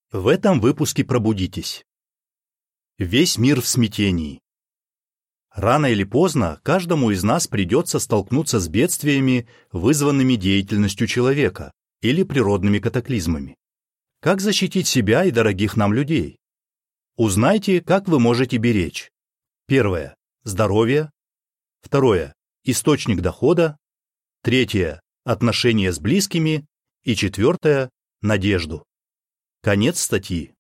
В этом выпуске пробудитесь. Весь мир в смятении. Рано или поздно каждому из нас придется столкнуться с бедствиями, вызванными деятельностью человека или природными катаклизмами. Как защитить себя и дорогих нам людей? Узнайте, как вы можете беречь. Первое – здоровье. Второе – источник дохода. Третье – отношения с близкими. И четвертое – надежду. Конец статьи.